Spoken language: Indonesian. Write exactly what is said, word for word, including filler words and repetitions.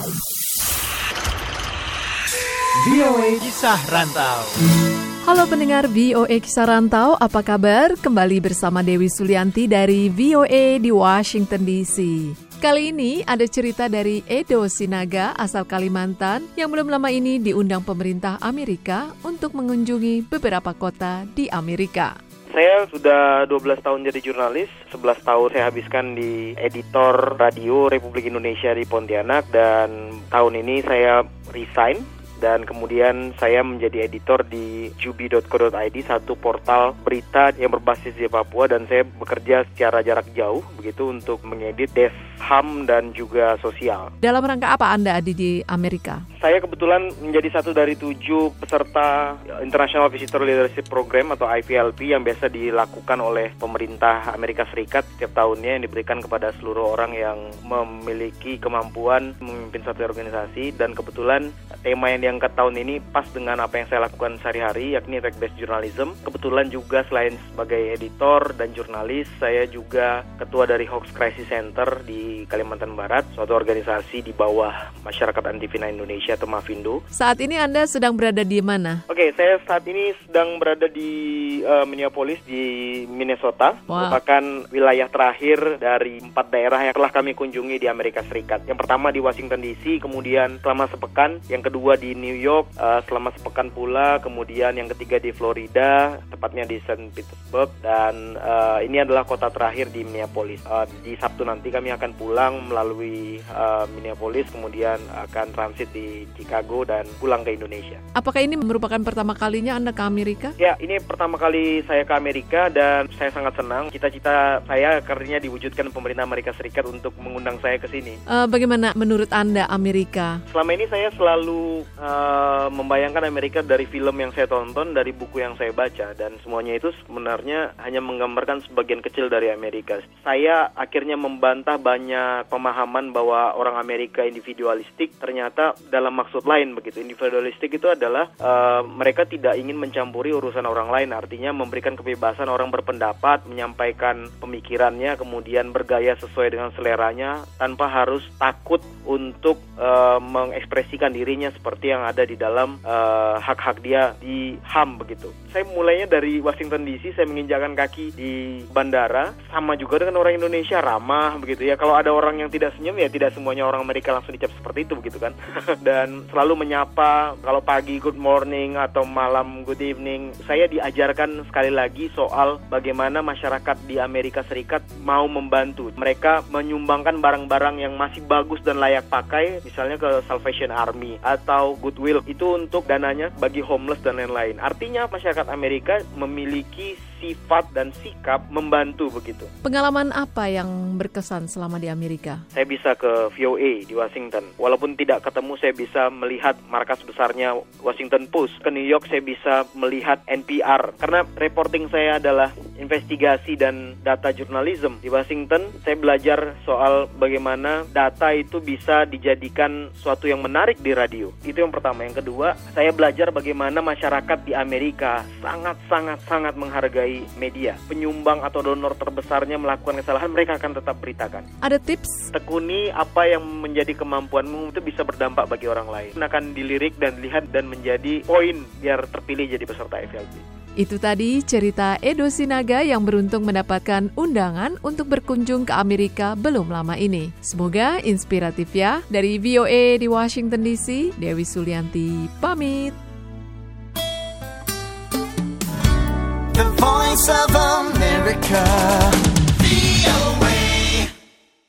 V O A Kisah Rantau. Halo pendengar V O A Kisah Rantau, apa kabar? Kembali bersama Dewi Sulianti dari V O A di Washington D C. Kali ini ada cerita dari Edo Sinaga asal Kalimantan yang belum lama ini diundang pemerintah Amerika untuk mengunjungi beberapa kota di Amerika. Saya sudah dua belas tahun jadi jurnalis, sebelas tahun saya habiskan di editor radio Republik Indonesia di Pontianak, dan tahun ini saya resign. Dan kemudian saya menjadi editor di jubi dot co dot i d, satu portal berita yang berbasis di Papua, dan saya bekerja secara jarak jauh begitu untuk mengedit desk H A M dan juga sosial. Dalam rangka apa Anda ada di Amerika? Saya kebetulan menjadi satu dari tujuh peserta International Visitor Leadership Program atau I V L P yang biasa dilakukan oleh pemerintah Amerika Serikat setiap tahunnya, yang diberikan kepada seluruh orang yang memiliki kemampuan memimpin satu organisasi. Dan kebetulan tema yang diangkat tahun ini pas dengan apa yang saya lakukan sehari-hari, yakni fact-based journalism. Kebetulan juga selain sebagai editor dan jurnalis, saya juga ketua dari Hoax Crisis Center di Kalimantan Barat, suatu organisasi di bawah Masyarakat Anti-Fitnah Indonesia atau Mafindo. Saat ini Anda sedang berada di mana? Oke, saya saat ini sedang berada di uh, Minneapolis di Minnesota. Wow. Merupakan wilayah terakhir dari empat daerah yang telah kami kunjungi di Amerika Serikat. Yang pertama di Washington D C, kemudian selama sepekan. Yang kedua di New York uh, selama sepekan pula. Kemudian yang ketiga di Florida, tepatnya di Saint Petersburg. Dan uh, ini adalah kota terakhir di Minneapolis. Uh, di Sabtu nanti kami akan pulang melalui uh, Minneapolis, kemudian akan transit di Chicago dan pulang ke Indonesia. Apakah ini merupakan pertama kalinya Anda ke Amerika? Ya, ini pertama kali saya ke Amerika dan saya sangat senang. Cita-cita saya akhirnya diwujudkan pemerintah Amerika Serikat untuk mengundang saya ke sini. Uh, bagaimana menurut Anda Amerika? Selama ini saya selalu uh, membayangkan Amerika dari film yang saya tonton, dari buku yang saya baca, dan semuanya itu sebenarnya hanya menggambarkan sebagian kecil dari Amerika. Saya akhirnya membantah banyak pemahaman bahwa orang Amerika individualistik, ternyata dalam maksud lain begitu. Individualistik itu adalah uh, mereka tidak ingin mencampuri urusan orang lain, artinya memberikan kebebasan orang berpendapat, menyampaikan pemikirannya, kemudian bergaya sesuai dengan seleranya tanpa harus takut untuk uh, mengekspresikan dirinya seperti yang ada di dalam uh, hak-hak dia di H A M begitu. Saya mulainya dari Washington D C, saya menginjakkan kaki di bandara, sama juga dengan orang Indonesia, ramah begitu ya. Kalau ada orang yang tidak senyum, ya tidak semuanya orang Amerika langsung dicap seperti itu begitu kan. Dan selalu menyapa, kalau pagi good morning atau malam good evening. Saya diajarkan sekali lagi soal bagaimana masyarakat di Amerika Serikat mau membantu. Mereka menyumbangkan barang-barang yang masih bagus dan layak pakai, misalnya ke Salvation Army atau Goodwill, itu untuk dananya bagi homeless dan lain-lain. Artinya masyarakat Amerika memiliki sifat dan sikap membantu begitu. Pengalaman apa yang berkesan selama di Amerika? Saya bisa ke V O A di Washington. Walaupun tidak ketemu, saya bisa melihat markas besarnya Washington Post. Ke New York saya bisa melihat N P R. Karena reporting saya adalah investigasi dan data journalism. Di Washington saya belajar soal bagaimana data itu bisa dijadikan suatu yang menarik di radio. Itu yang pertama. Yang kedua, saya belajar bagaimana masyarakat di Amerika sangat-sangat-sangat menghargai media. Penyumbang atau donor terbesarnya melakukan kesalahan, mereka akan tetap beritakan. Ada tips? Tekuni apa yang menjadi kemampuanmu, itu bisa berdampak bagi orang lain. Akan dilirik dan lihat dan menjadi poin biar terpilih jadi peserta I V L P. Itu tadi cerita Edo Sinaga yang beruntung mendapatkan undangan untuk berkunjung ke Amerika belum lama ini. Semoga inspiratif ya. Dari V O A di Washington D C, Dewi Sulianti pamit. The Voice of America.